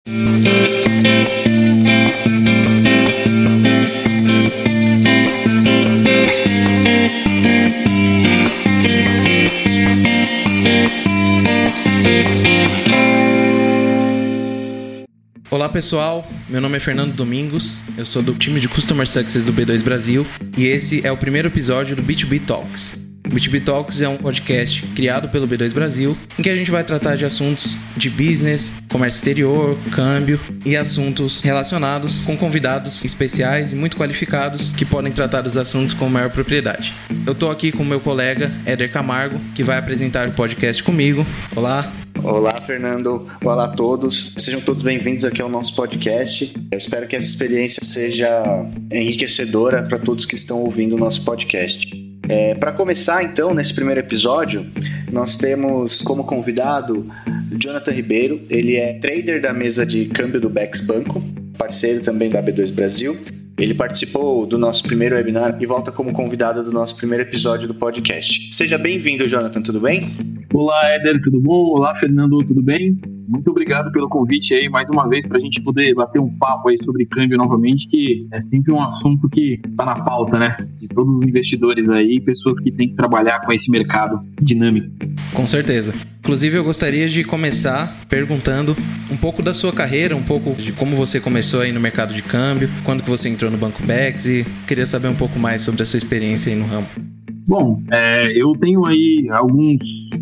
Olá pessoal, meu nome é Fernando Domingos, eu sou do time de Customer Success do B2 Brasil e esse é o primeiro episódio do B2B Talks. O B2B Talks é um podcast criado pelo B2 Brasil em que a gente vai tratar de assuntos de business, comércio exterior, câmbio e assuntos relacionados com convidados especiais e muito qualificados que podem tratar dos assuntos com maior propriedade. Eu estou aqui com o meu colega Éder Camargo, que vai apresentar o podcast comigo. Olá! Olá, Fernando. Olá a todos. Sejam todos bem-vindos aqui ao nosso podcast. Eu espero que essa experiência seja enriquecedora para todos que estão ouvindo o nosso podcast. Para começar, então, nesse primeiro episódio, nós temos como convidado Jonathan Ribeiro. Ele é trader da mesa de câmbio do Bex Banco, parceiro também da B2 Brasil. Ele participou do nosso primeiro webinar e volta como convidado do nosso primeiro episódio do podcast. Seja bem-vindo, Jonathan, tudo bem? Olá, Éder, tudo bom? Olá, Fernando, tudo bem? Muito obrigado pelo convite aí, mais uma vez, para a gente poder bater um papo aí sobre câmbio novamente, que é sempre um assunto que está na pauta, né? De todos os investidores aí, pessoas que têm que trabalhar com esse mercado dinâmico. Com certeza. Inclusive, eu gostaria de começar perguntando um pouco da sua carreira, um pouco de como você começou aí no mercado de câmbio, quando que você entrou no Banco Bex e queria saber um pouco mais sobre a sua experiência aí no ramo. Bom, eu tenho aí alguns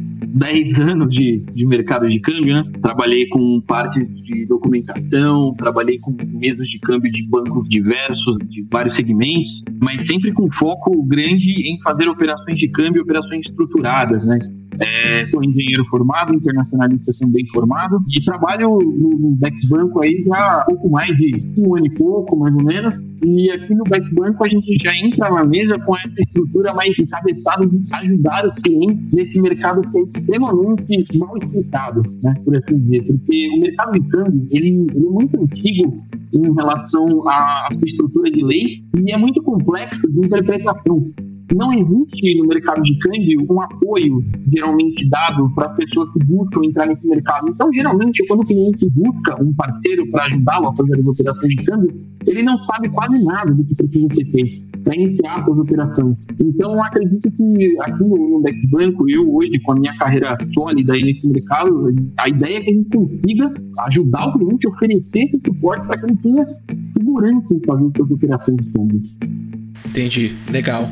10 anos de mercado de câmbio, né? Trabalhei com parte de documentação, trabalhei com mesas de câmbio de bancos diversos, de vários segmentos, mas sempre com foco grande em fazer operações de câmbio, operações estruturadas, né? Sou engenheiro formado, internacionalista também formado, e trabalho no Bex Banco aí já há pouco mais de um ano e pouco, mais ou menos, e aqui no Bex Banco a gente já entra na mesa com essa estrutura mais encabeçada de ajudar os clientes nesse mercado que é extremamente mal explicado, né, por assim dizer, porque o mercado de câmbio ele é muito antigo em relação à sua estrutura de lei e é muito complexo de interpretação. Não existe no mercado de câmbio um apoio geralmente dado para as pessoas que buscam entrar nesse mercado. Então, geralmente, quando o cliente busca um parceiro para ajudá-lo a fazer as operações de câmbio, ele não sabe quase nada do que precisa ser feito para iniciar suas operações. Então, eu acredito que aqui no Bex Banco, eu hoje, com a minha carreira sólida aí nesse mercado, a ideia é que a gente consiga ajudar o cliente a oferecer esse suporte para que ele tenha segurança em fazer suas operações de câmbio. Entendi, legal.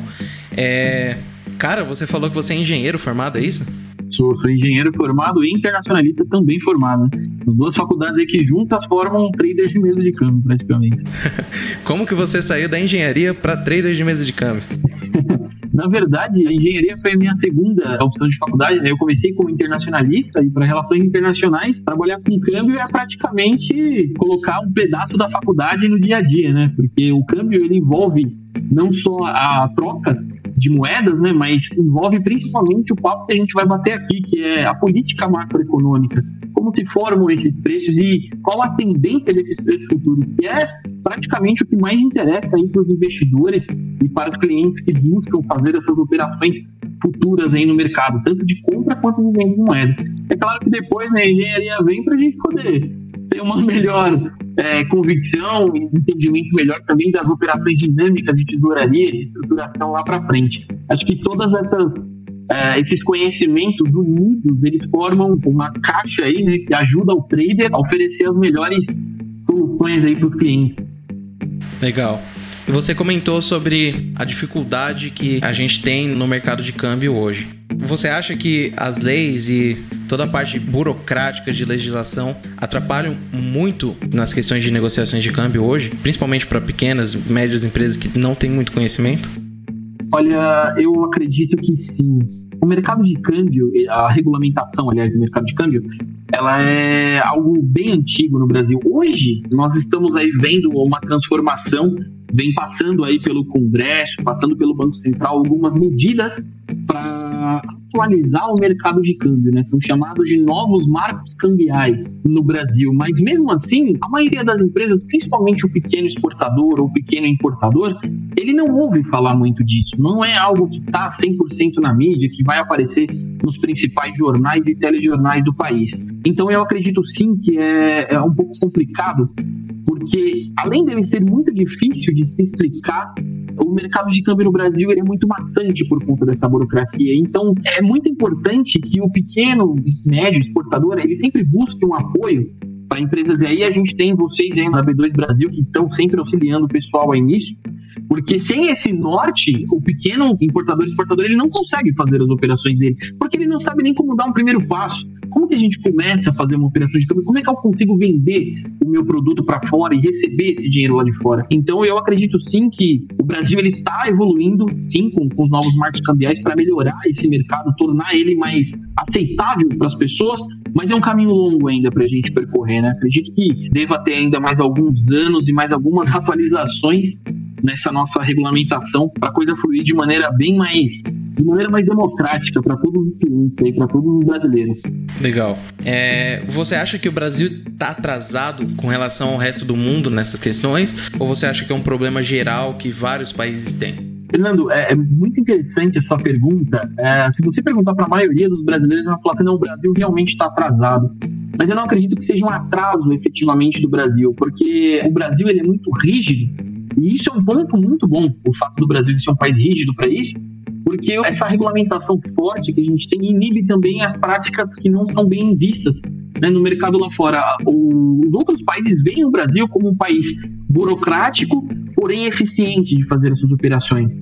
Cara, você falou que você é engenheiro formado, é isso? Sou engenheiro formado e internacionalista também formado. As duas faculdades aí que juntas formam traders de mesa de câmbio, praticamente. Como que você saiu da engenharia para trader de mesa de câmbio? Na verdade, a engenharia foi a minha segunda opção de faculdade, né? Eu comecei como internacionalista e para relações internacionais, trabalhar com câmbio é praticamente colocar um pedaço da faculdade no dia a dia, né? Porque o câmbio ele envolve não só a troca de moedas, né, mas envolve principalmente o papo que a gente vai bater aqui, que é a política macroeconômica. Como se formam esses preços e qual a tendência desses preços futuros, que é praticamente o que mais interessa aí para os investidores e para os clientes que buscam fazer essas operações futuras aí no mercado, tanto de compra quanto de venda de moedas. É claro que depois, né, a engenharia vem para a gente poder ter uma melhor convicção e entendimento melhor também das operações dinâmicas de tesouraria e de estruturação lá para frente. Acho que todas esses conhecimentos unidos, eles formam uma caixa aí, né, que ajuda o trader a oferecer as melhores soluções aí para os clientes. Legal. E você comentou sobre a dificuldade que a gente tem no mercado de câmbio hoje. Você acha que as leis e toda a parte burocrática de legislação atrapalham muito nas questões de negociações de câmbio hoje, principalmente para pequenas, médias empresas que não têm muito conhecimento? Olha, eu acredito que sim. O mercado de câmbio, a regulamentação, aliás, do mercado de câmbio, ela é algo bem antigo no Brasil. Hoje, nós estamos aí vendo uma transformação vem passando aí pelo Congresso, passando pelo Banco Central, algumas medidas para atualizar o mercado de câmbio, né? São chamados de novos marcos cambiais no Brasil, mas mesmo assim, a maioria das empresas, principalmente o pequeno exportador ou o pequeno importador, ele não ouve falar muito disso, não é algo que está 100% na mídia, que vai aparecer nos principais jornais e telejornais do país. Então eu acredito sim que é um pouco complicado, porque além dele ser muito difícil de se explicar, o mercado de câmbio no Brasil ele é muito maçante por conta dessa burocracia. Então, é muito importante que o pequeno, médio exportador, ele sempre busque um apoio para empresas. E aí a gente tem vocês aí na B2 Brasil que estão sempre auxiliando o pessoal aí nisso, porque sem esse norte, o pequeno importador e exportador, ele não consegue fazer as operações dele, porque ele não sabe nem como dar um primeiro passo. Como que a gente começa a fazer uma operação de câmbio? Como é que eu consigo vender o meu produto para fora e receber esse dinheiro lá de fora? Então, eu acredito sim que o Brasil está evoluindo, sim, com os novos marcos cambiais para melhorar esse mercado, tornar ele mais aceitável para as pessoas, mas é um caminho longo ainda para a gente percorrer, né? Acredito que deva ter ainda mais alguns anos e mais algumas atualizações nessa nossa regulamentação para a coisa fluir de maneira mais democrática para todos os clientes e para todos os brasileiros. Legal. Você acha que o Brasil está atrasado com relação ao resto do mundo nessas questões? Ou você acha que é um problema geral que vários países têm? Fernando, é muito interessante a sua pergunta. Se você perguntar para a maioria dos brasileiros, vão falar que não, o Brasil realmente está atrasado. Mas eu não acredito que seja um atraso efetivamente do Brasil, porque o Brasil ele é muito rígido. E isso é um ponto muito bom, o fato do Brasil ser um país rígido para isso, porque essa regulamentação forte que a gente tem inibe também as práticas que não são bem vistas, né, no mercado lá fora. Os outros países veem o Brasil como um país burocrático, porém eficiente de fazer essas operações.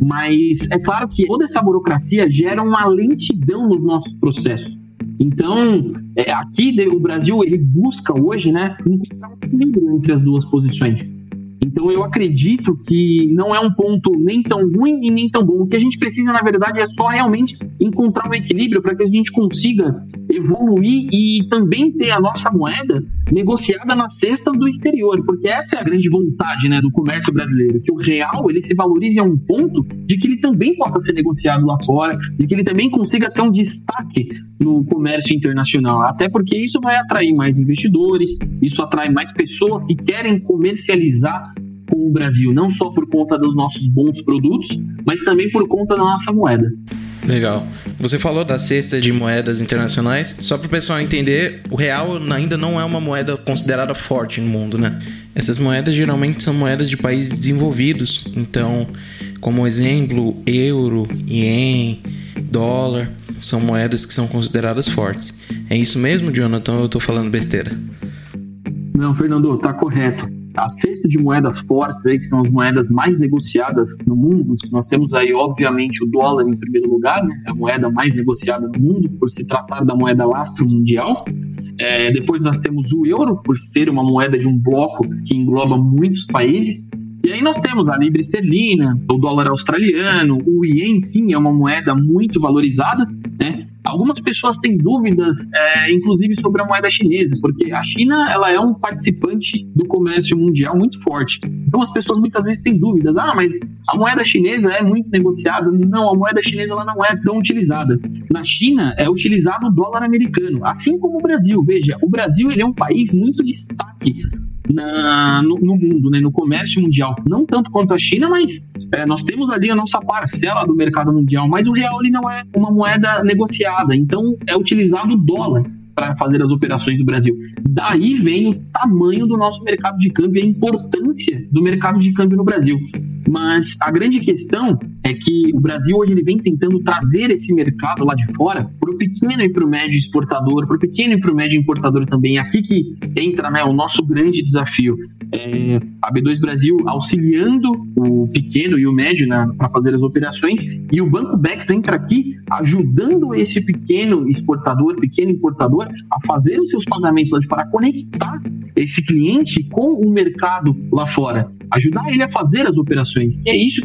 Mas é claro que toda essa burocracia gera uma lentidão nos nossos processos. Então, aqui o Brasil ele busca hoje, né, encontrar um equilíbrio entre as duas posições. Então eu acredito que não é um ponto nem tão ruim e nem tão bom. O que a gente precisa, na verdade, é só realmente encontrar um equilíbrio para que a gente consiga evoluir e também ter a nossa moeda negociada nas cestas do exterior, porque essa é a grande vontade, né, do comércio brasileiro, que o real ele se valorize a um ponto de que ele também possa ser negociado lá fora, de que ele também consiga ter um destaque no comércio internacional, até porque isso vai atrair mais investidores, isso atrai mais pessoas que querem comercializar com o Brasil, não só por conta dos nossos bons produtos, mas também por conta da nossa moeda. Legal. Você falou da cesta de moedas internacionais. Só para o pessoal entender, o real ainda não é uma moeda considerada forte no mundo, né? Essas moedas geralmente são moedas de países desenvolvidos. Então, como exemplo, euro, ien, dólar, são moedas que são consideradas fortes. É isso mesmo, Jonathan, ou eu estou falando besteira? Não, Fernando, tá correto. A cesta de moedas fortes, aí, que são as moedas mais negociadas no mundo, nós temos aí, obviamente, o dólar em primeiro lugar, né? É a moeda mais negociada no mundo, por se tratar da moeda lastro mundial. Depois nós temos o euro, por ser uma moeda de um bloco que engloba muitos países. E aí nós temos a libra esterlina, o dólar australiano, o ien, sim, é uma moeda muito valorizada, né? Algumas pessoas têm dúvidas, inclusive sobre a moeda chinesa, porque a China ela é um participante do comércio mundial muito forte. Então as pessoas muitas vezes têm dúvidas. Mas a moeda chinesa é muito negociada. Não, a moeda chinesa ela não é tão utilizada. Na China é utilizado o dólar americano, assim como o Brasil. Veja, o Brasil ele é um país muito destaque no mundo, né, no comércio mundial, não tanto quanto a China, mas nós temos ali a nossa parcela do mercado mundial, mas o real ele não é uma moeda negociada, então é utilizado o dólar para fazer as operações do Brasil. Daí vem o tamanho do nosso mercado de câmbio e a importância do mercado de câmbio no Brasil. Mas a grande questão é que o Brasil hoje ele vem tentando trazer esse mercado lá de fora para o pequeno e para o médio exportador, para o pequeno e para o médio importador também. Aqui que entra, né, o nosso grande desafio. A B2 Brasil auxiliando o pequeno e o médio para fazer as operações, e o Banco Bex entra aqui ajudando esse pequeno exportador, pequeno importador a fazer os seus pagamentos lá de fora, a conectar esse cliente com o mercado lá fora, ajudar ele a fazer as operações. E é isso que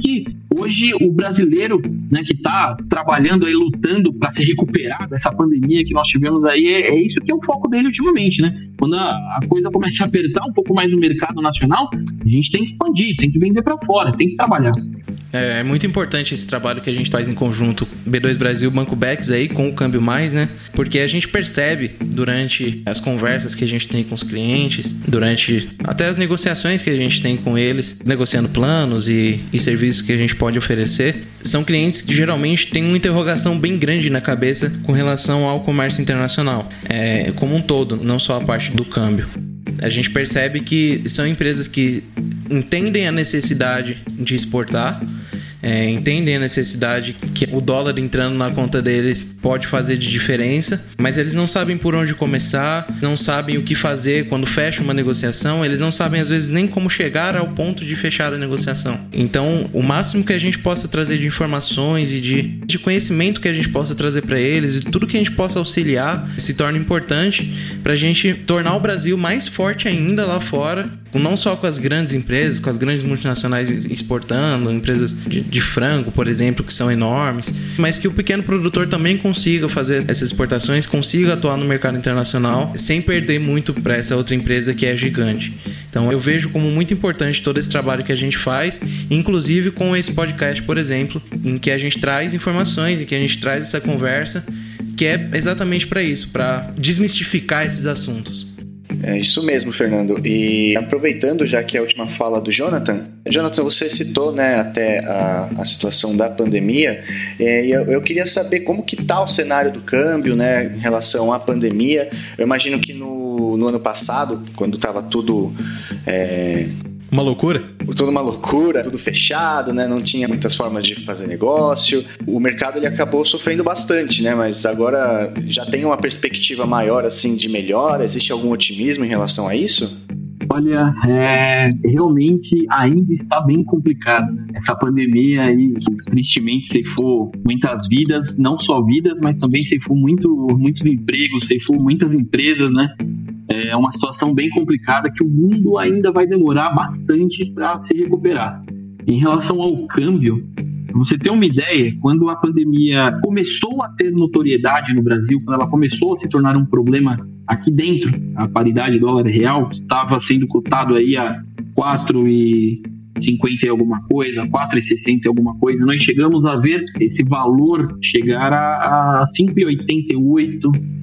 Hoje, o brasileiro, né, que está trabalhando aí, lutando para se recuperar dessa pandemia que nós tivemos aí, é isso que é o foco dele ultimamente, né? Quando a coisa começa a apertar um pouco mais no mercado nacional, a gente tem que expandir, tem que vender para fora, tem que trabalhar. É muito importante esse trabalho que a gente faz em conjunto, B2 Brasil, Banco Bex aí, com o Câmbio Mais, né? Porque a gente percebe durante as conversas que a gente tem com os clientes, durante até as negociações que a gente tem com eles, negociando planos e serviços que a gente pode oferecer, são clientes que geralmente têm uma interrogação bem grande na cabeça com relação ao comércio internacional, como um todo, não só a parte do câmbio. A gente percebe que são empresas que entendem a necessidade de exportar, entendem a necessidade que o dólar entrando na conta deles pode fazer de diferença, mas eles não sabem por onde começar, não sabem o que fazer quando fecha uma negociação, eles não sabem às vezes nem como chegar ao ponto de fechar a negociação. Então, o máximo que a gente possa trazer de informações e de conhecimento que a gente possa trazer para eles e tudo que a gente possa auxiliar se torna importante para a gente tornar o Brasil mais forte ainda lá fora, não só com as grandes empresas, com as grandes multinacionais exportando, empresas de frango, por exemplo, que são enormes, mas que o pequeno produtor também consiga fazer essas exportações, consiga atuar no mercado internacional sem perder muito para essa outra empresa que é gigante. Então eu vejo como muito importante todo esse trabalho que a gente faz, inclusive com esse podcast, por exemplo, em que a gente traz informações, em que a gente traz essa conversa, que é exatamente para isso, para desmistificar esses assuntos. É isso mesmo, Fernando. E aproveitando já que é a última fala do Jonathan, você citou, né, até a situação da pandemia, e eu queria saber como que está o cenário do câmbio, né, em relação à pandemia. Eu imagino que no ano passado, quando estava tudo... Uma loucura? Toda uma loucura, tudo fechado, né? Não tinha muitas formas de fazer negócio. O mercado ele acabou sofrendo bastante, né? Mas agora já tem uma perspectiva maior assim de melhora? Existe algum otimismo em relação a isso? Olha, realmente ainda está bem complicado. Essa pandemia aí, tristemente, ceifou muitas vidas, não só vidas, mas também ceifou muitos empregos, ceifou muitas empresas, né? É uma situação bem complicada que o mundo ainda vai demorar bastante para se recuperar. Em relação ao câmbio, para você ter uma ideia, quando a pandemia começou a ter notoriedade no Brasil, quando ela começou a se tornar um problema aqui dentro, a paridade dólar-real estava sendo cotado aí a 4,50 e alguma coisa, 4,60 e alguma coisa, nós chegamos a ver esse valor chegar a 5,88,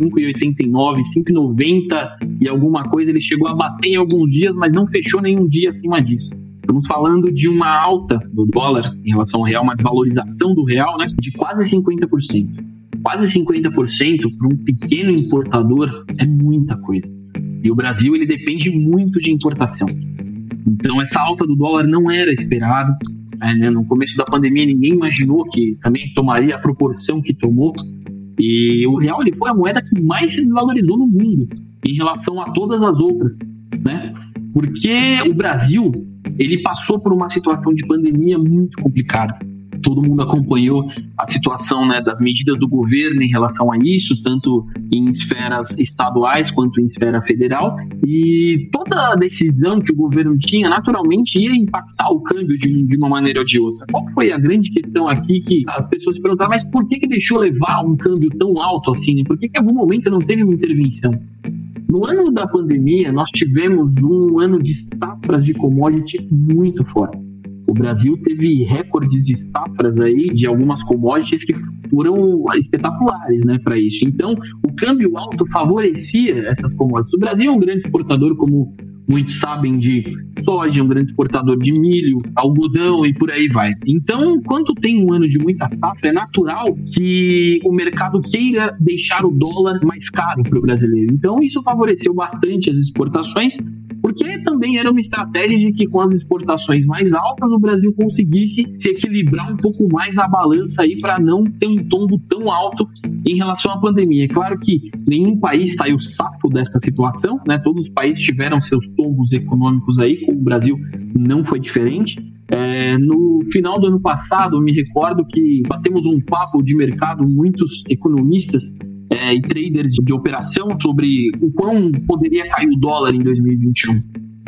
5,89, 5,90 e alguma coisa, ele chegou a bater em alguns dias, mas não fechou nenhum dia acima disso. Estamos falando de uma alta do dólar em relação ao real, uma desvalorização do real, né, de quase 50%. Quase 50% para um pequeno importador é muita coisa. E o Brasil, ele depende muito de importação. Então, essa alta do dólar não era esperada. Né? No começo da pandemia, ninguém imaginou que também tomaria a proporção que tomou. E o real ele foi a moeda que mais se desvalorizou no mundo em relação a todas as outras. Né? Porque o Brasil ele passou por uma situação de pandemia muito complicada. Todo mundo acompanhou a situação, né, das medidas do governo em relação a isso, tanto em esferas estaduais quanto em esfera federal, e toda a decisão que o governo tinha, naturalmente, ia impactar o câmbio de uma maneira ou de outra. Qual foi a grande questão aqui que as pessoas se perguntavam, mas por que deixou levar um câmbio tão alto assim? Por que em algum momento não teve uma intervenção? No ano da pandemia, nós tivemos um ano de safras de commodities muito fortes. O Brasil teve recordes de safras aí de algumas commodities que foram espetaculares, né, para isso. Então, o câmbio alto favorecia essas commodities. O Brasil é um grande exportador, como muitos sabem, de soja, um grande exportador de milho, algodão e por aí vai. Então, quando tem um ano de muita safra, é natural que o mercado queira deixar o dólar mais caro para o brasileiro. Então, isso favoreceu bastante as exportações, porque também era uma estratégia de que com as exportações mais altas o Brasil conseguisse se equilibrar um pouco mais a balança aí para não ter um tombo tão alto em relação à pandemia. É claro que nenhum país saiu safo dessa situação, né? Todos os países tiveram seus tombos econômicos aí, como o Brasil não foi diferente. No final do ano passado, eu me recordo que batemos um papo de mercado, muitos economistas e traders de operação sobre o quão poderia cair o dólar em 2021.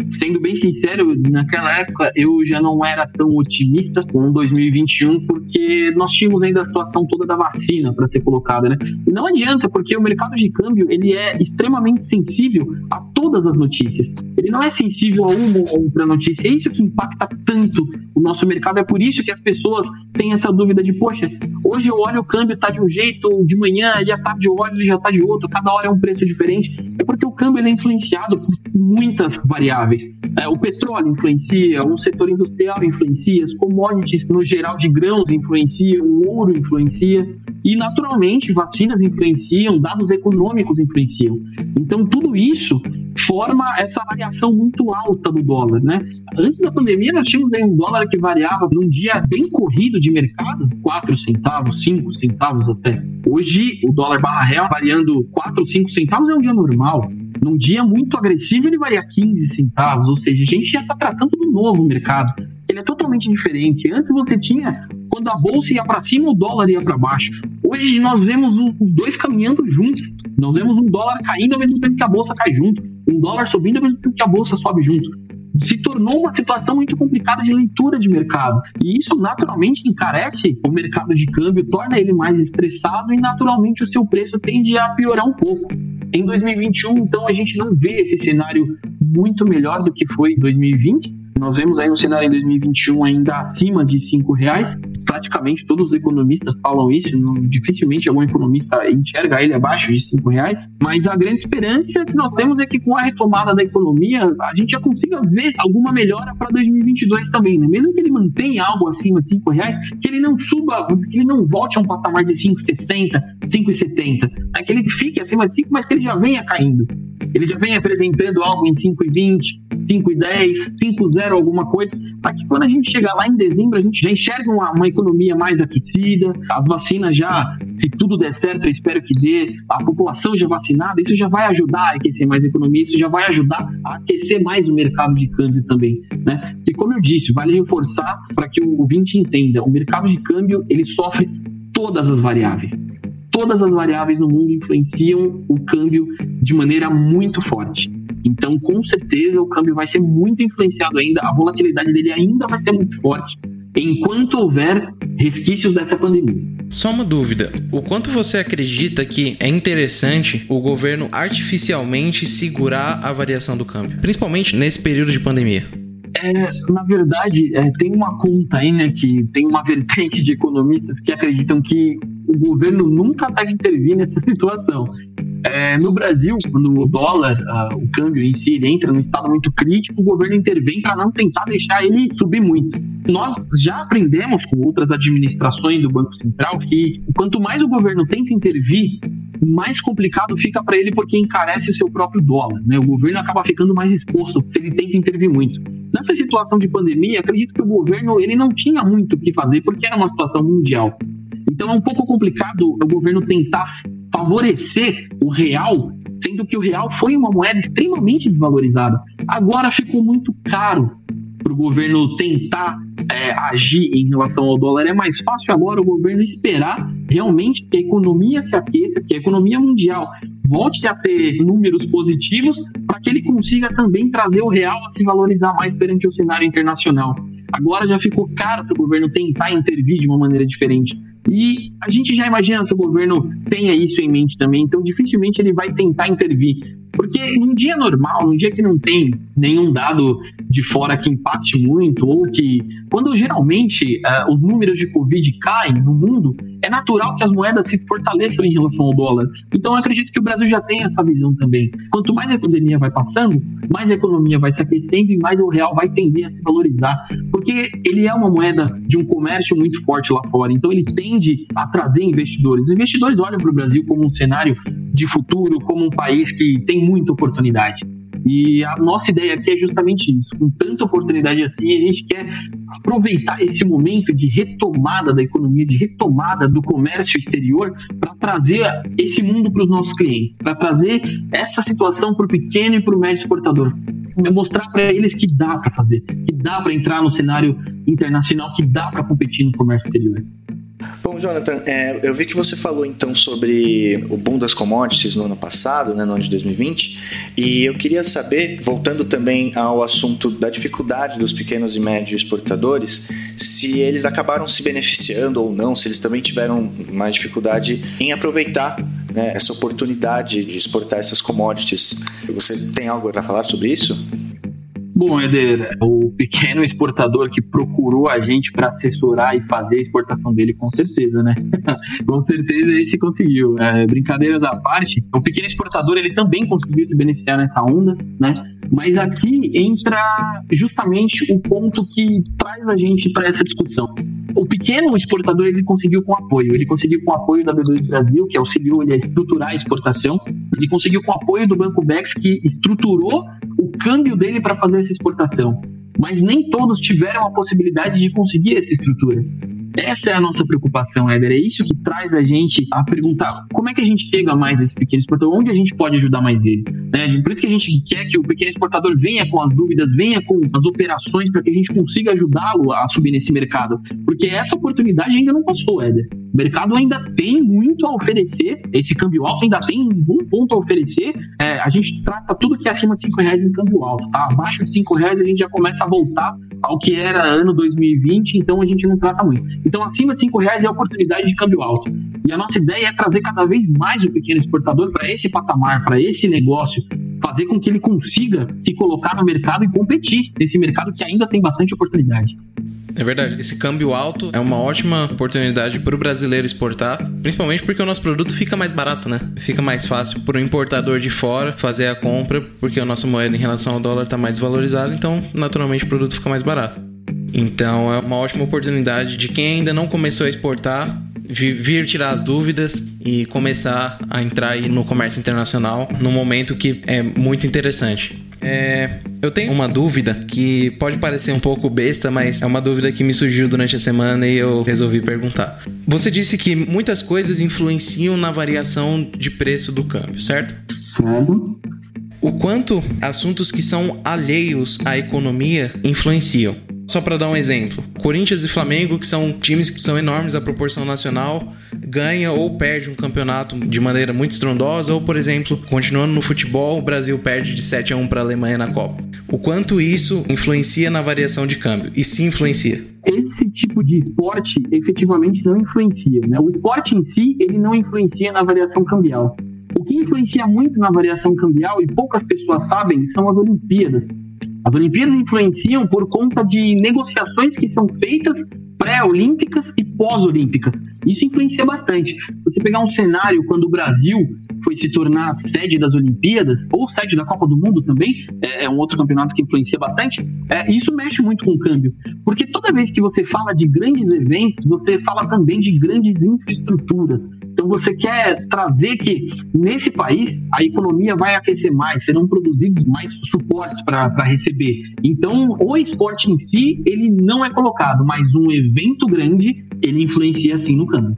sendo bem sincero, naquela época eu já não era tão otimista com 2021, porque nós tínhamos ainda a situação toda da vacina para ser colocada, né? E não adianta, porque o mercado de câmbio, ele é extremamente sensível a todas as notícias. Ele não é sensível a uma ou outra notícia. É isso que impacta tanto o nosso mercado. É por isso que as pessoas têm essa dúvida de, poxa, hoje eu olho o câmbio tá de um jeito, de manhã ele já tá de olho, ele já tá de outro, cada hora é um preço diferente. É porque o câmbio ele é influenciado por muitas variáveis. O petróleo influencia, o setor industrial influencia, as commodities no geral de grãos influenciam, o ouro influencia e naturalmente vacinas influenciam, dados econômicos influenciam. Então tudo isso forma essa variação muito alta do dólar, né? Antes da pandemia nós tínhamos aí um dólar que variava num dia bem corrido de mercado, 4 centavos, 5 centavos até. Hoje o dólar barra real variando 4 ou 5 centavos é um dia normal. Num dia muito agressivo ele varia 15 centavos, ou seja, a gente já está tratando do novo mercado. Ele é totalmente diferente. Antes você tinha, quando a bolsa ia para cima, o dólar ia para baixo. Hoje nós vemos os dois caminhando juntos. Nós vemos um dólar caindo ao mesmo tempo que a bolsa cai junto. Um dólar subindo ao mesmo tempo que a bolsa sobe junto. Se tornou uma situação muito complicada de leitura de mercado. E isso naturalmente encarece o mercado de câmbio, torna ele mais estressado e naturalmente o seu preço tende a piorar um pouco. Em 2021, então, a gente não vê esse cenário muito melhor do que foi em 2020. Nós vemos aí um cenário em 2021 ainda acima de R$5. Praticamente todos os economistas falam isso. Dificilmente algum economista enxerga ele abaixo de R$5. Mas a grande esperança que nós temos é que com a retomada da economia, a gente já consiga ver alguma melhora para 2022 também, né? Mesmo que ele mantenha algo acima de R$5, que ele não suba, que ele não volte a um patamar de 5,60, 5,70. Que ele fique acima de 5, mas que ele já venha caindo. Ele já vem apresentando algo em 5,20, 5,10, 5,0 alguma coisa, para que quando a gente chegar lá em dezembro, a gente já enxerga uma economia mais aquecida, as vacinas já, se tudo der certo, eu espero que dê, a população já vacinada, isso já vai ajudar a aquecer mais a economia, isso já vai ajudar a aquecer mais o mercado de câmbio também, né? E como eu disse, vale reforçar para que o ouvinte entenda, o mercado de câmbio, ele sofre todas as variáveis. Todas as variáveis no mundo influenciam o câmbio de maneira muito forte. Então, com certeza, o câmbio vai ser muito influenciado ainda, a volatilidade dele ainda vai ser muito forte, enquanto houver resquícios dessa pandemia. Só uma dúvida, o quanto você acredita que é interessante o governo artificialmente segurar a variação do câmbio, principalmente nesse período de pandemia? Na verdade, tem uma conta aí, né, que tem uma vertente de economistas que acreditam que o governo nunca deve intervir nessa situação. No Brasil, quando o dólar, o câmbio em si, ele entra num estado muito crítico, o governo intervém para não tentar deixar ele subir muito. Nós já aprendemos com outras administrações do Banco Central que quanto mais o governo tenta intervir, mais complicado fica para ele porque encarece o seu próprio dólar, né? O governo acaba ficando mais exposto se ele tenta intervir muito. Nessa situação de pandemia, acredito que o governo ele não tinha muito o que fazer porque era uma situação mundial. Então é um pouco complicado o governo tentar favorecer o real, sendo que o real foi uma moeda extremamente desvalorizada. Agora ficou muito caro para o governo tentar agir em relação ao dólar. É mais fácil agora o governo esperar realmente que a economia se aqueça, que a economia mundial volte a ter números positivos para que ele consiga também trazer o real a se valorizar mais perante o cenário internacional. Agora já ficou caro para o governo tentar intervir de uma maneira diferente. E a gente já imagina que o governo tenha isso em mente também, então dificilmente ele vai tentar intervir. Porque num dia normal, num dia que não tem nenhum dado de fora que impacte muito, ou que, quando geralmente os números de Covid caem no mundo, é natural que as moedas se fortaleçam em relação ao dólar. Então eu acredito que o Brasil já tem essa visão também. Quanto mais a pandemia vai passando, mais a economia vai se aquecendo e mais o real vai tender a se valorizar. Porque ele é uma moeda de um comércio muito forte lá fora, então ele tende a trazer investidores. Os investidores olham para o Brasil como um cenário de futuro, como um país que tem muita oportunidade. E a nossa ideia aqui é justamente isso. Com tanta oportunidade assim, a gente quer aproveitar esse momento de retomada da economia, de retomada do comércio exterior, para trazer esse mundo para os nossos clientes, para trazer essa situação para o pequeno e para o médio exportador. Mostrar para eles que dá para fazer, que dá para entrar no cenário internacional, que dá para competir no comércio exterior. Bom, Jonathan, eu vi que você falou então sobre o boom das commodities no ano passado, né, no ano de 2020, e eu queria saber, voltando também ao assunto da dificuldade dos pequenos e médios exportadores, se eles acabaram se beneficiando ou não, se eles também tiveram mais dificuldade em aproveitar, né, essa oportunidade de exportar essas commodities. Você tem algo para falar sobre isso? Bom, Éder, o pequeno exportador que procurou a gente para assessorar e fazer a exportação dele, com certeza, né? Com certeza esse conseguiu. Brincadeiras à parte, o pequeno exportador ele também conseguiu se beneficiar nessa onda, né? Mas aqui entra justamente o ponto que traz a gente para essa discussão. O pequeno exportador ele conseguiu com apoio. Ele conseguiu com o apoio da B2 Brasil, que auxiliou ele a estruturar a exportação. Ele conseguiu com o apoio do Banco BEX, que estruturou o câmbio dele para fazer essa exportação. Mas nem todos tiveram a possibilidade de conseguir essa estrutura. Essa é a nossa preocupação, Éder. É isso que traz a gente a perguntar como é que a gente chega mais a esse pequeno exportador, onde a gente pode ajudar mais ele. Por isso que a gente quer que o pequeno exportador venha com as dúvidas, venha com as operações para que a gente consiga ajudá-lo a subir nesse mercado. Porque essa oportunidade ainda não passou, Éder. O mercado ainda tem muito a oferecer, esse câmbio alto ainda tem um bom ponto a oferecer. A gente trata tudo que é acima de R$5 em câmbio alto, tá? Abaixo de R$5 a gente já começa a voltar ao que era ano 2020, então a gente não trata muito. Então acima de R$5 é a oportunidade de câmbio alto. E a nossa ideia é trazer cada vez mais o pequeno exportador para esse patamar, para esse negócio, fazer com que ele consiga se colocar no mercado e competir nesse mercado que ainda tem bastante oportunidade. É verdade, esse câmbio alto é uma ótima oportunidade para o brasileiro exportar, principalmente porque o nosso produto fica mais barato, né? Fica mais fácil para o importador de fora fazer a compra, porque a nossa moeda em relação ao dólar está mais desvalorizada, então naturalmente o produto fica mais barato. Então é uma ótima oportunidade de quem ainda não começou a exportar, vir tirar as dúvidas e começar a entrar aí no comércio internacional num momento que é muito interessante. Eu tenho uma dúvida que pode parecer um pouco besta, mas é uma dúvida que me surgiu durante a semana e eu resolvi perguntar. Você disse que muitas coisas influenciam na variação de preço do câmbio, certo? Certo. O quanto assuntos que são alheios à economia influenciam? Só para dar um exemplo, Corinthians e Flamengo, que são times que são enormes à proporção nacional, ganha ou perde um campeonato de maneira muito estrondosa, ou, por exemplo, continuando no futebol, o Brasil perde de 7-1 para a Alemanha na Copa. O quanto isso influencia na variação de câmbio? E se influencia? Esse tipo de esporte efetivamente não influencia, né? O esporte em si, ele não influencia na variação cambial. O que influencia muito na variação cambial, e poucas pessoas sabem, são as Olimpíadas. As Olimpíadas influenciam por conta de negociações que são feitas pré-olímpicas e pós-olímpicas. Isso influencia bastante. Você pegar um cenário quando o Brasil foi se tornar sede das Olimpíadas, ou sede da Copa do Mundo também, é um outro campeonato que influencia bastante, isso mexe muito com o câmbio. Porque toda vez que você fala de grandes eventos, você fala também de grandes infraestruturas. Então você quer trazer que nesse país a economia vai aquecer mais, serão produzidos mais suportes para receber. Então o esporte em si, ele não é colocado, mas um evento grande, ele influencia assim no câmbio.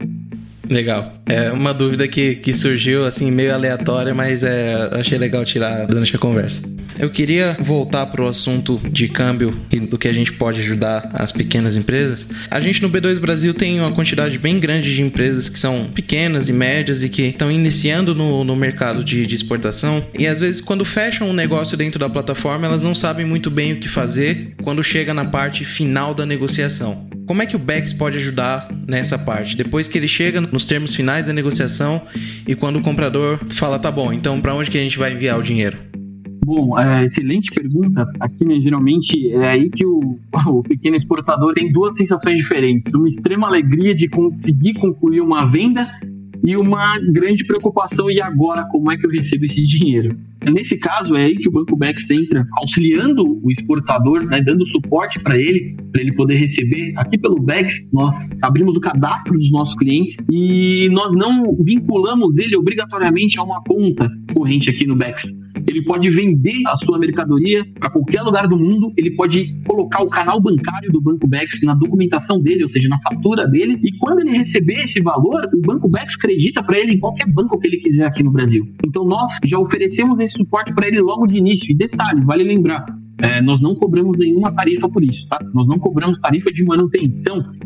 Legal. É uma dúvida que surgiu assim meio aleatória, mas achei legal tirar durante a conversa. Eu queria voltar para o assunto de câmbio e do que a gente pode ajudar as pequenas empresas. A gente no B2 Brasil tem uma quantidade bem grande de empresas que são pequenas e médias e que estão iniciando no mercado de exportação. E às vezes quando fecham um negócio dentro da plataforma, elas não sabem muito bem o que fazer quando chega na parte final da negociação. Como é que o BEX pode ajudar nessa parte? Depois que ele chega nos termos finais da negociação e quando o comprador fala, tá bom, então para onde que a gente vai enviar o dinheiro? Bom, excelente pergunta. Aqui, né, geralmente, é aí que o pequeno exportador tem duas sensações diferentes. Uma extrema alegria de conseguir concluir uma venda e uma grande preocupação, e agora, como é que eu recebo esse dinheiro? Nesse caso, é aí que o Banco BEX entra, auxiliando o exportador, né, dando suporte para ele poder receber. Aqui pelo BEX, nós abrimos o cadastro dos nossos clientes e nós não vinculamos ele obrigatoriamente a uma conta corrente aqui no BEX. Ele pode vender a sua mercadoria para qualquer lugar do mundo, ele pode colocar o canal bancário do Banco BEX na documentação dele, ou seja, na fatura dele, e quando ele receber esse valor, o Banco BEX acredita para ele em qualquer banco que ele quiser aqui no Brasil. Então nós já oferecemos esse suporte para ele logo de início. E detalhe, vale lembrar, nós não cobramos nenhuma tarifa por isso, tá? Nós não cobramos tarifa de manutenção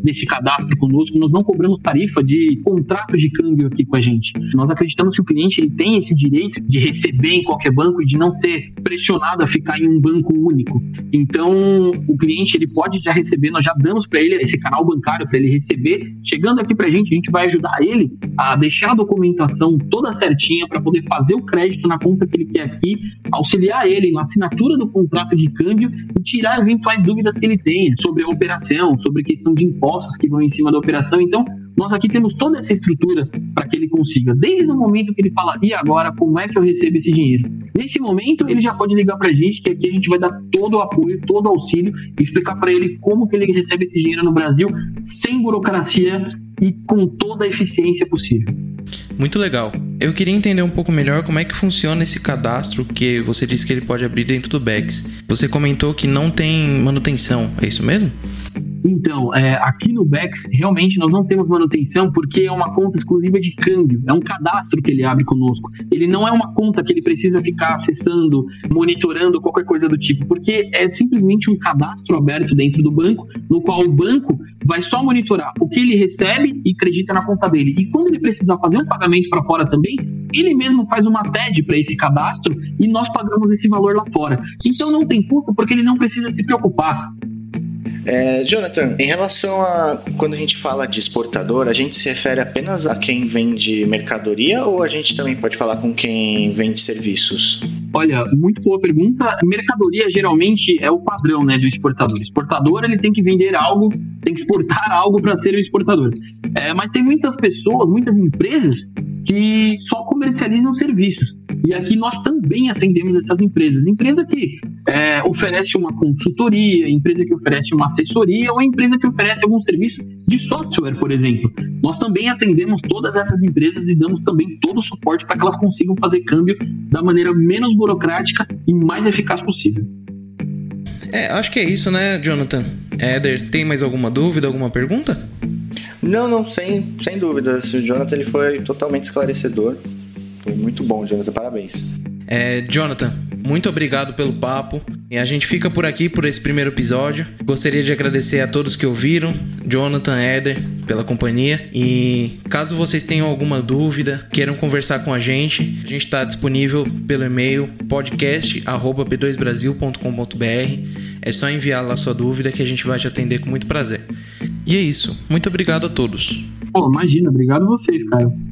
desse cadastro conosco, nós não cobramos tarifa de contrato de câmbio aqui com a gente. Nós acreditamos que o cliente ele tem esse direito de receber em qualquer banco e de não ser pressionado a ficar em um banco único. Então, o cliente ele pode já receber, nós já damos para ele esse canal bancário para ele receber. Chegando aqui para a gente vai ajudar ele a deixar a documentação toda certinha para poder fazer o crédito na conta que ele quer aqui, auxiliar ele na assinatura do contrato de câmbio e tirar eventuais dúvidas que ele tenha sobre a operação, sobre a questão de impostos que vão em cima da operação. Então, nós aqui temos toda essa estrutura para que ele consiga, desde o momento que ele fala, e agora, como é que eu recebo esse dinheiro? Nesse momento, ele já pode ligar para a gente, que aqui a gente vai dar todo o apoio, todo o auxílio, e explicar para ele como que ele recebe esse dinheiro no Brasil, sem burocracia e com toda a eficiência possível. Muito legal. Eu queria entender um pouco melhor como é que funciona esse cadastro que você disse que ele pode abrir dentro do BEX. Você comentou que não tem manutenção, é isso mesmo? Então, aqui no BEX, realmente nós não temos manutenção porque é uma conta exclusiva de câmbio, é um cadastro que ele abre conosco. Ele não é uma conta que ele precisa ficar acessando, monitorando, qualquer coisa do tipo, porque é simplesmente um cadastro aberto dentro do banco, no qual o banco vai só monitorar o que ele recebe e acredita na conta dele. E quando ele precisar fazer um pagamento para fora também, ele mesmo faz uma TED para esse cadastro e nós pagamos esse valor lá fora. Então não tem custo porque ele não precisa se preocupar. Jonathan, em relação a quando a gente fala de exportador, a gente se refere apenas a quem vende mercadoria ou a gente também pode falar com quem vende serviços? Olha, muito boa pergunta. Mercadoria geralmente é o padrão, né, do exportador. O exportador ele tem que vender algo, tem que exportar algo para ser o exportador. Mas tem muitas pessoas, muitas empresas que só comercializam serviços. E aqui nós também atendemos essas empresas. Empresa que oferece uma consultoria, empresa que oferece uma assessoria ou empresa que oferece algum serviço de software, por exemplo. Nós também atendemos todas essas empresas e damos também todo o suporte para que elas consigam fazer câmbio da maneira menos burocrática e mais eficaz possível. Acho que é isso, né, Jonathan? Éder, tem mais alguma dúvida, alguma pergunta? Não, sem dúvida. O Jonathan ele foi totalmente esclarecedor. Foi muito bom, Jonathan, parabéns. Jonathan, muito obrigado pelo papo. E a gente fica por aqui por esse primeiro episódio. Gostaria de agradecer a todos que ouviram, Jonathan, Éder, pela companhia. E caso vocês tenham alguma dúvida, queiram conversar com a gente está disponível pelo e-mail podcast@b2brasil.com.br. É só enviar lá sua dúvida que a gente vai te atender com muito prazer. E é isso. Muito obrigado a todos. Imagina, obrigado a vocês, Caio.